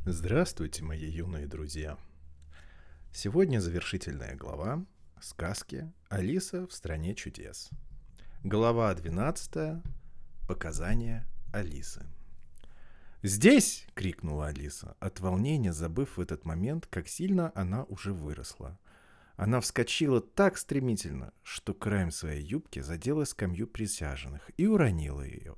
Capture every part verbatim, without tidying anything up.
Здравствуйте, мои юные друзья! Сегодня завершительная глава сказки «Алиса в стране чудес». Глава двенадцатая. Показания Алисы. «Здесь!» — крикнула Алиса, от волнения забыв в этот момент, как сильно она уже выросла. Она вскочила так стремительно, что краем своей юбки задела скамью присяжных и уронила ее.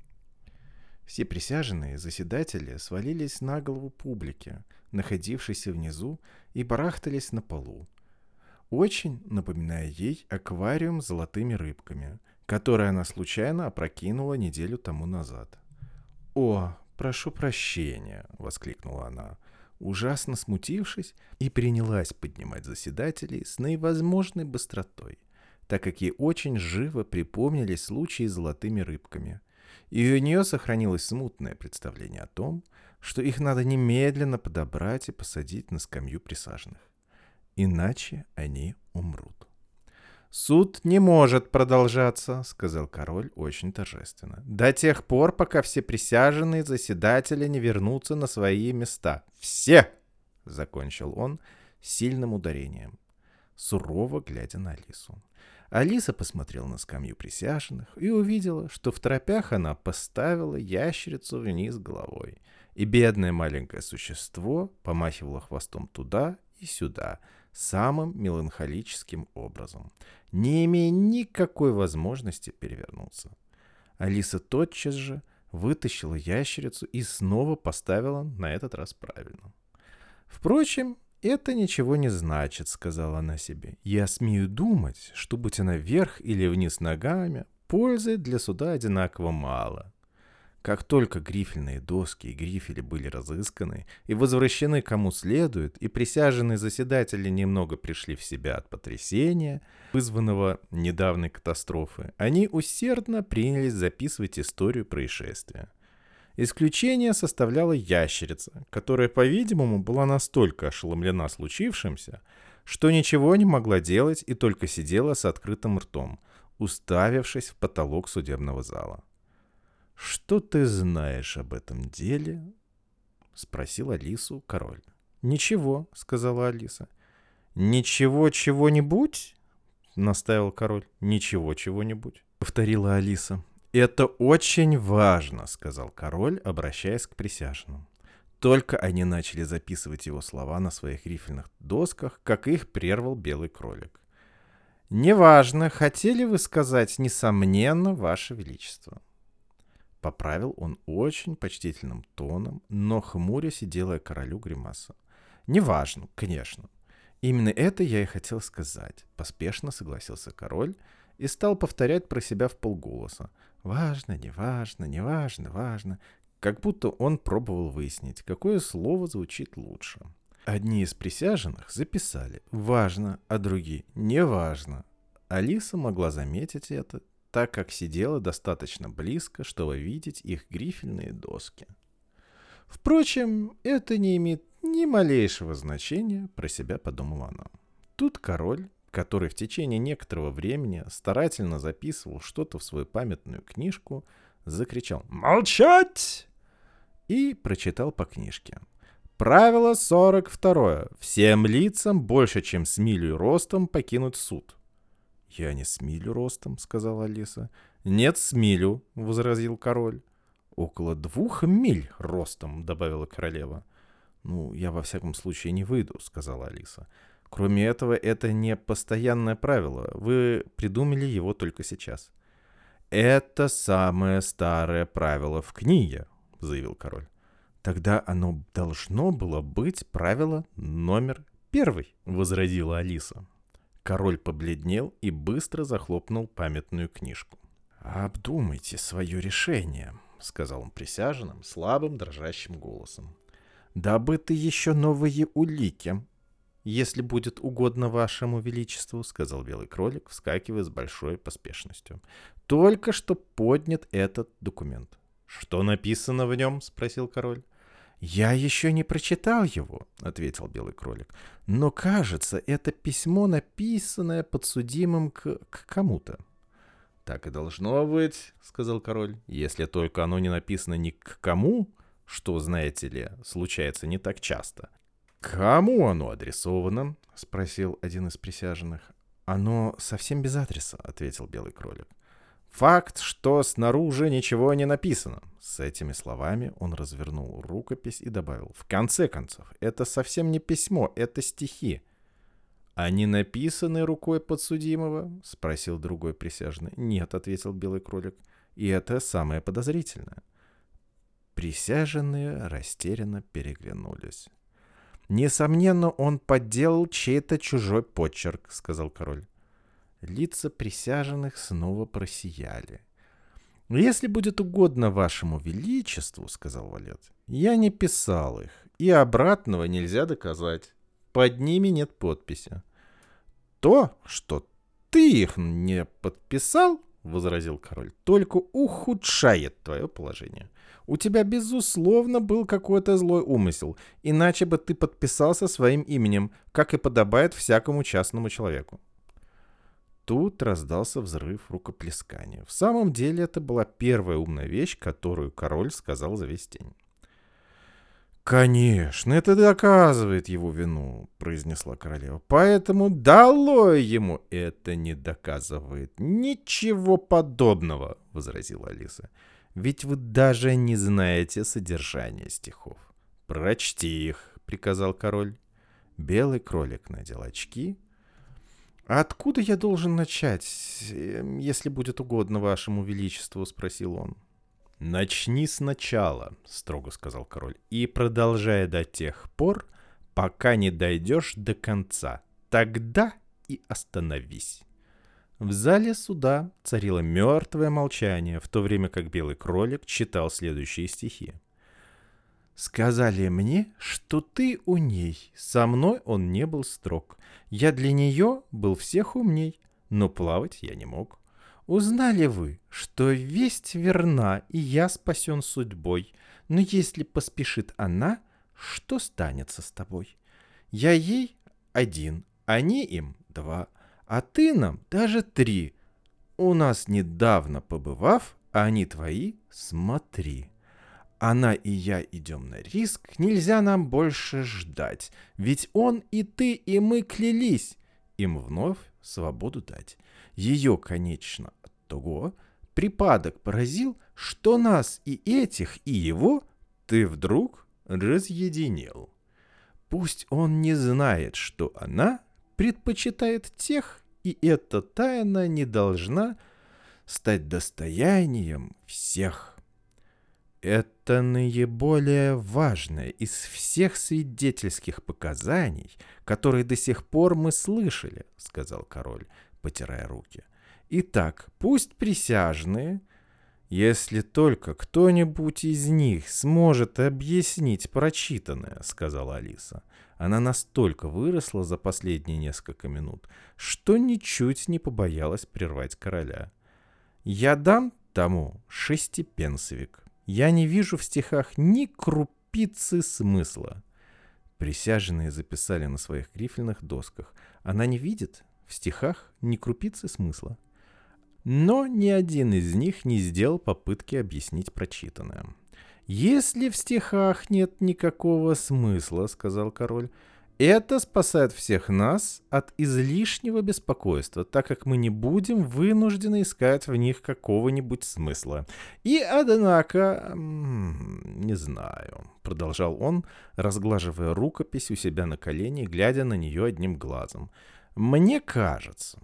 Все присяжные заседатели свалились на голову публики, находившейся внизу, и барахтались на полу, очень напоминая ей аквариум с золотыми рыбками, который она случайно опрокинула неделю тому назад. «О, прошу прощения!» — воскликнула она, ужасно смутившись, и принялась поднимать заседателей с наивозможной быстротой, так как ей очень живо припомнились случаи с золотыми рыбками, и у нее сохранилось смутное представление о том, что их надо немедленно подобрать и посадить на скамью присяжных. Иначе они умрут. «Суд не может продолжаться», — сказал король очень торжественно, «до тех пор, пока все присяжные заседатели не вернутся на свои места. Все!» — закончил он сильным ударением, сурово глядя на Алису. Алиса посмотрела на скамью присяжных и увидела, что в торопях она поставила ящерицу вниз головой, и бедное маленькое существо помахивало хвостом туда и сюда самым меланхолическим образом, не имея никакой возможности перевернуться. Алиса тотчас же вытащила ящерицу и снова поставила на этот раз правильно. Впрочем, «Это ничего не значит», — сказала она себе. «Я смею думать, что, будь она вверх или вниз ногами, пользы для суда одинаково мало». Как только грифельные доски и грифели были разысканы и возвращены кому следует, и присяжные заседатели немного пришли в себя от потрясения, вызванного недавней катастрофы, они усердно принялись записывать историю происшествия. Исключение составляла ящерица, которая, по-видимому, была настолько ошеломлена случившимся, что ничего не могла делать и только сидела с открытым ртом, уставившись в потолок судебного зала. «Что ты знаешь об этом деле?» — спросил Алису король. «Ничего», — сказала Алиса. «Ничего чего-нибудь?» — настаивал король. «Ничего чего-нибудь», — повторила Алиса. «Это очень важно», — сказал король, обращаясь к присяжным. Только они начали записывать его слова на своих грифельных досках, как их прервал белый кролик. «Неважно, хотели вы сказать, несомненно, ваше величество». Поправил он очень почтительным тоном, но хмурясь и делая королю гримасу. «Неважно, конечно. Именно это я и хотел сказать», — поспешно согласился король и стал повторять про себя вполголоса. «Важно, неважно, неважно, важно», как будто он пробовал выяснить, какое слово звучит лучше. Одни из присяжных записали «важно», а другие «неважно». Алиса могла заметить это, так как сидела достаточно близко, чтобы видеть их грифельные доски. Впрочем, это не имеет ни малейшего значения, про себя подумала она. Тут король, который в течение некоторого времени старательно записывал что-то в свою памятную книжку, закричал «Молчать!» и прочитал по книжке. Правило сорок второе. Всем лицам больше, чем с милю ростом, покинуть суд. «Я не с милю ростом», — сказала Алиса. «Нет, с милю», — возразил король. «Около двух миль ростом», — добавила королева. «Ну, я во всяком случае не выйду», — сказала Алиса. «Кроме этого, это не постоянное правило. Вы придумали его только сейчас». «Это самое старое правило в книге», — заявил король. «Тогда оно должно было быть правило номер первый», — возразила Алиса. Король побледнел и быстро захлопнул памятную книжку. «Обдумайте свое решение», — сказал он присяжным слабым дрожащим голосом. «Добыты еще новые улики, если будет угодно вашему величеству», — сказал белый кролик, вскакивая с большой поспешностью. «Только что поднят этот документ». «Что написано в нем?» — спросил король. «Я еще не прочитал его», — ответил белый кролик. «Но, кажется, это письмо, написанное подсудимым к, к кому-то». «Так и должно быть», — сказал король, — «если только оно не написано ни к кому, что, знаете ли, случается не так часто. «Кому оно адресовано?» — спросил один из присяжных. «Оно совсем без адреса», — ответил Белый кролик. «Факт, что снаружи ничего не написано». С этими словами он развернул рукопись и добавил: «В конце концов, это совсем не письмо, это стихи». «Они написаны рукой подсудимого?» — спросил другой присяжный. «Нет», — ответил Белый кролик. «И это самое подозрительное». Присяжные растерянно переглянулись. «Несомненно, он подделал чей-то чужой почерк», — сказал король. Лица присяжных снова просияли. «Если будет угодно вашему величеству, — сказал Валет, — я не писал их, и обратного нельзя доказать. Под ними нет подписи». «То, что ты их не подписал, — возразил король, — только ухудшает твое положение. У тебя, безусловно, был какой-то злой умысел, иначе бы ты подписался своим именем, как и подобает всякому частному человеку». Тут раздался взрыв рукоплескания. В самом деле это была первая умная вещь, которую король сказал за весь день. «Конечно, это доказывает его вину», — произнесла королева. «Поэтому долой ему!» «Это не доказывает ничего подобного», — возразила Алиса. «Ведь вы даже не знаете содержания стихов». «Прочти их», — приказал король. Белый кролик надел очки. «А откуда я должен начать, если будет угодно вашему величеству?» — спросил он. «Начни сначала», — строго сказал король, — «и продолжай до тех пор, пока не дойдешь до конца. Тогда и остановись». В зале суда царило мертвое молчание, в то время как Белый кролик читал следующие стихи. «Сказали мне, что ты у ней, со мной он не был строг. Я для нее был всех умней, но плавать я не мог. Узнали вы, что весть верна, и я спасен судьбой, но если поспешит она, что станется с тобой? Я ей один, они им два, а ты нам даже три. У нас недавно побывав, а они твои, смотри. Она и я идем на риск, нельзя нам больше ждать, ведь он и ты, и мы клялись им вновь свободу дать. Ее, конечно, от того припадок поразил, что нас и этих, и его ты вдруг разъединил. Пусть он не знает, что она предпочитает тех, и эта тайна не должна стать достоянием всех. Это наиболее важное из всех свидетельских показаний, которые до сих пор мы слышали, — сказал король, потирая руки. Итак, пусть присяжные, если только кто-нибудь из них сможет объяснить прочитанное, — сказала Алиса. Она настолько выросла за последние несколько минут, что ничуть не побоялась прервать короля. Я дам тому шестипенсовик. Я не вижу в стихах ни крупицы смысла. Присяжные записали на своих грифельных досках. Она не видит в стихах ни крупицы смысла. Но ни один из них не сделал попытки объяснить прочитанное. «Если в стихах нет никакого смысла, — сказал король, — это спасает всех нас от излишнего беспокойства, так как мы не будем вынуждены искать в них какого-нибудь смысла. И, однако, не знаю, — продолжал он, разглаживая рукопись у себя на колене, глядя на нее одним глазом, — мне кажется,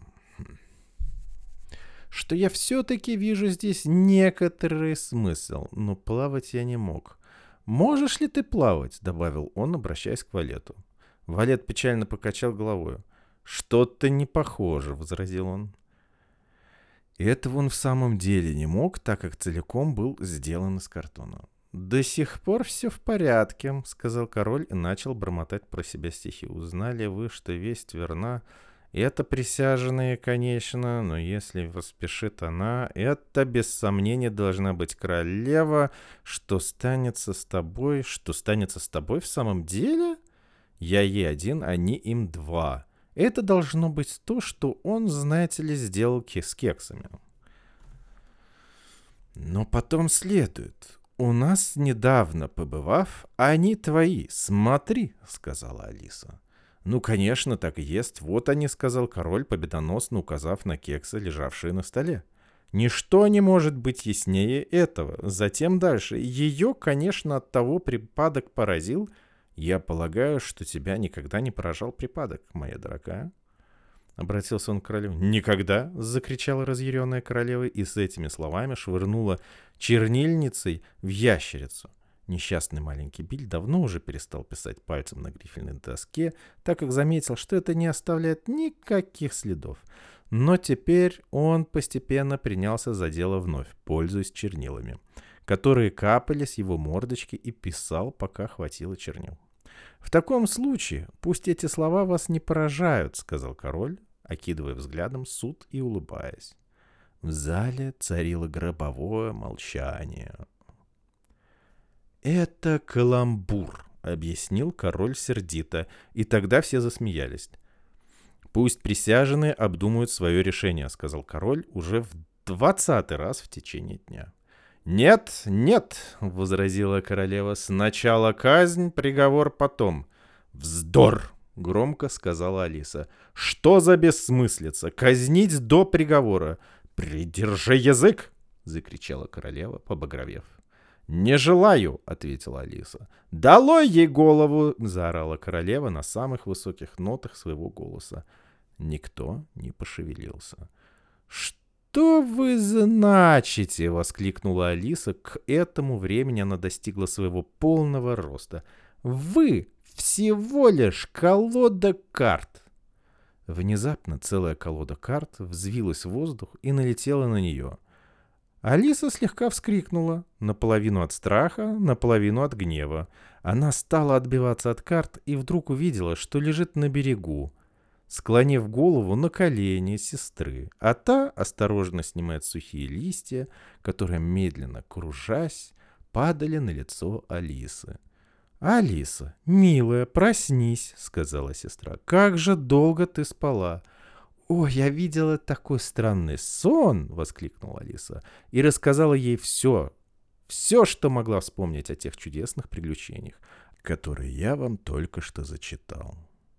что я все-таки вижу здесь некоторый смысл, но плавать я не мог. Можешь ли ты плавать? — добавил он, обращаясь к Валету. Валет печально покачал головой. «Что-то не похоже», — возразил он. Этого он в самом деле не мог, так как целиком был сделан из картона. «До сих пор все в порядке», — сказал король и начал бормотать про себя стихи. «Узнали вы, что весть верна? Это присяжные, конечно, но если воспешит она, это без сомнения должна быть королева. Что станется с тобой? Что станется с тобой в самом деле? Я ей один, они им два. Это должно быть то, что он, знаете ли, сделал с кексами. Но потом следует. «У нас недавно побывав, они твои, смотри», — сказала Алиса. «Ну, конечно, так и есть. Вот они», — сказал король, победоносно указав на кексы, лежавшие на столе. «Ничто не может быть яснее этого. Затем дальше. Ее, конечно, от того припадок поразил. Я полагаю, что тебя никогда не поражал припадок, моя дорогая». Обратился он к королю. «Никогда!» — закричала разъяренная королева и с этими словами швырнула чернильницей в ящерицу. Несчастный маленький Биль давно уже перестал писать пальцем на грифельной доске, так как заметил, что это не оставляет никаких следов. Но теперь он постепенно принялся за дело вновь, пользуясь чернилами, которые капали с его мордочки, и писал, пока хватило чернил. «В таком случае пусть эти слова вас не поражают», — сказал король, окидывая взглядом суд и улыбаясь. В зале царило гробовое молчание. «Это каламбур», — объяснил король сердито, и тогда все засмеялись. «Пусть присяжные обдумают свое решение», — сказал король уже в двадцатый раз в течение дня. «Нет, нет», — возразила королева, — «сначала казнь, приговор потом». «Вздор!» — громко сказала Алиса. «Что за бессмыслица? Казнить до приговора!» «Придержи язык!» — закричала королева, побагровев. «Не желаю!» — ответила Алиса. «Долой ей голову!» — заорала королева на самых высоких нотах своего голоса. Никто не пошевелился. «Что вы значите?» — воскликнула Алиса. К этому времени она достигла своего полного роста. «Вы всего лишь колода карт!» Внезапно целая колода карт взвилась в воздух и налетела на нее. Алиса слегка вскрикнула, наполовину от страха, наполовину от гнева. Она стала отбиваться от карт и вдруг увидела, что лежит на берегу, склонив голову на колени сестры, а та осторожно снимает сухие листья, которые, медленно кружась, падали на лицо Алисы. «Алиса, милая, проснись», — сказала сестра. «Как же долго ты спала!» «О, я видела такой странный сон!» — воскликнула Алиса и рассказала ей все, все, что могла вспомнить о тех чудесных приключениях, которые я вам только что зачитал.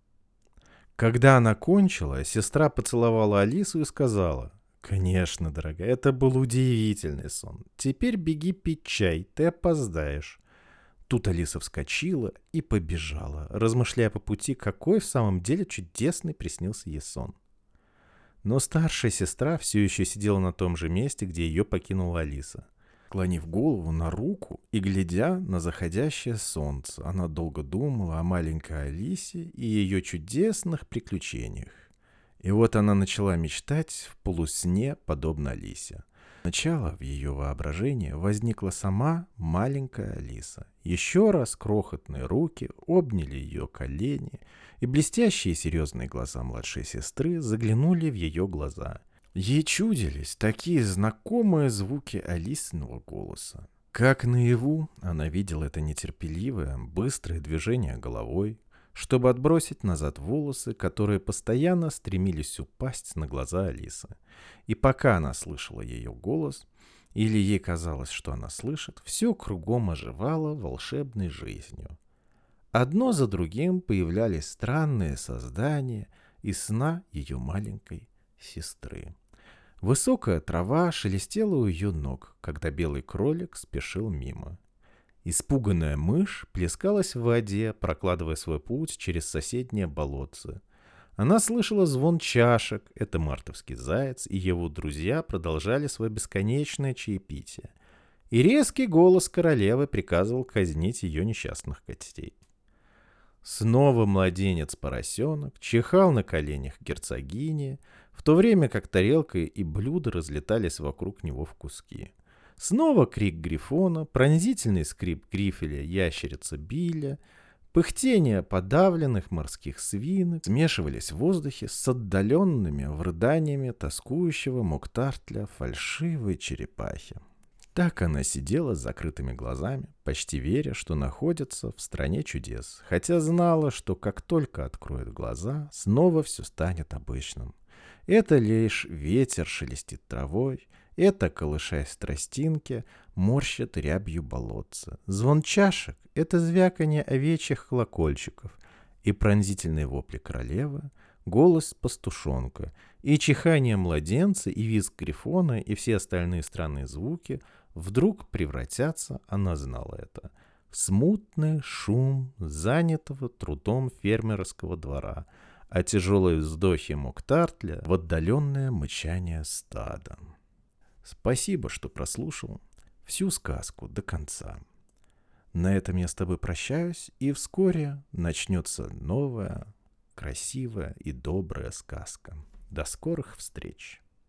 Когда она кончила, сестра поцеловала Алису и сказала: «Конечно, дорогая, это был удивительный сон. Теперь беги пить чай, ты опоздаешь». Тут Алиса вскочила и побежала, размышляя по пути, какой в самом деле чудесный приснился ей сон. Но старшая сестра все еще сидела на том же месте, где ее покинула Алиса. Склонив голову на руку и глядя на заходящее солнце, она долго думала о маленькой Алисе и ее чудесных приключениях. И вот она начала мечтать в полусне, подобно Алисе. Сначала в ее воображении возникла сама маленькая Алиса. Еще раз крохотные руки обняли ее колени, и блестящие серьезные глаза младшей сестры заглянули в ее глаза. Ей чудились такие знакомые звуки Алисиного голоса. Как наяву она видела это нетерпеливое, быстрое движение головой, чтобы отбросить назад волосы, которые постоянно стремились упасть на глаза Алисы. И пока она слышала ее голос, или ей казалось, что она слышит, все кругом оживало волшебной жизнью. Одно за другим появлялись странные создания из сна ее маленькой сестры. Высокая трава шелестела у ее ног, когда белый кролик спешил мимо. Испуганная мышь плескалась в воде, прокладывая свой путь через соседнее болотце. Она слышала звон чашек, это мартовский заяц и его друзья продолжали свое бесконечное чаепитие. И резкий голос королевы приказывал казнить ее несчастных котей. Снова младенец-поросенок чихал на коленях герцогини, в то время как тарелка и блюда разлетались вокруг него в куски. Снова крик грифона, пронзительный скрип грифеля ящерица Билля, пыхтение подавленных морских свинок смешивались в воздухе с отдаленными рыданиями тоскующего Моктартля фальшивой черепахи. Так она сидела с закрытыми глазами, почти веря, что находится в стране чудес, хотя знала, что как только откроет глаза, снова все станет обычным. Это лишь ветер шелестит травой, Это, колышась тростинки, морщат рябью болотца. Звон чашек — это звяканье овечьих колокольчиков, и пронзительные вопли королевы, голос пастушонка, и чихание младенца, и визг грифона, и все остальные странные звуки вдруг превратятся, она знала это, в смутный шум занятого трудом фермерского двора, а тяжелые вздохи Моктартля в отдаленное мычание стада. Спасибо, что прослушал всю сказку до конца. На этом я с тобой прощаюсь, и вскоре начнется новая, красивая и добрая сказка. До скорых встреч!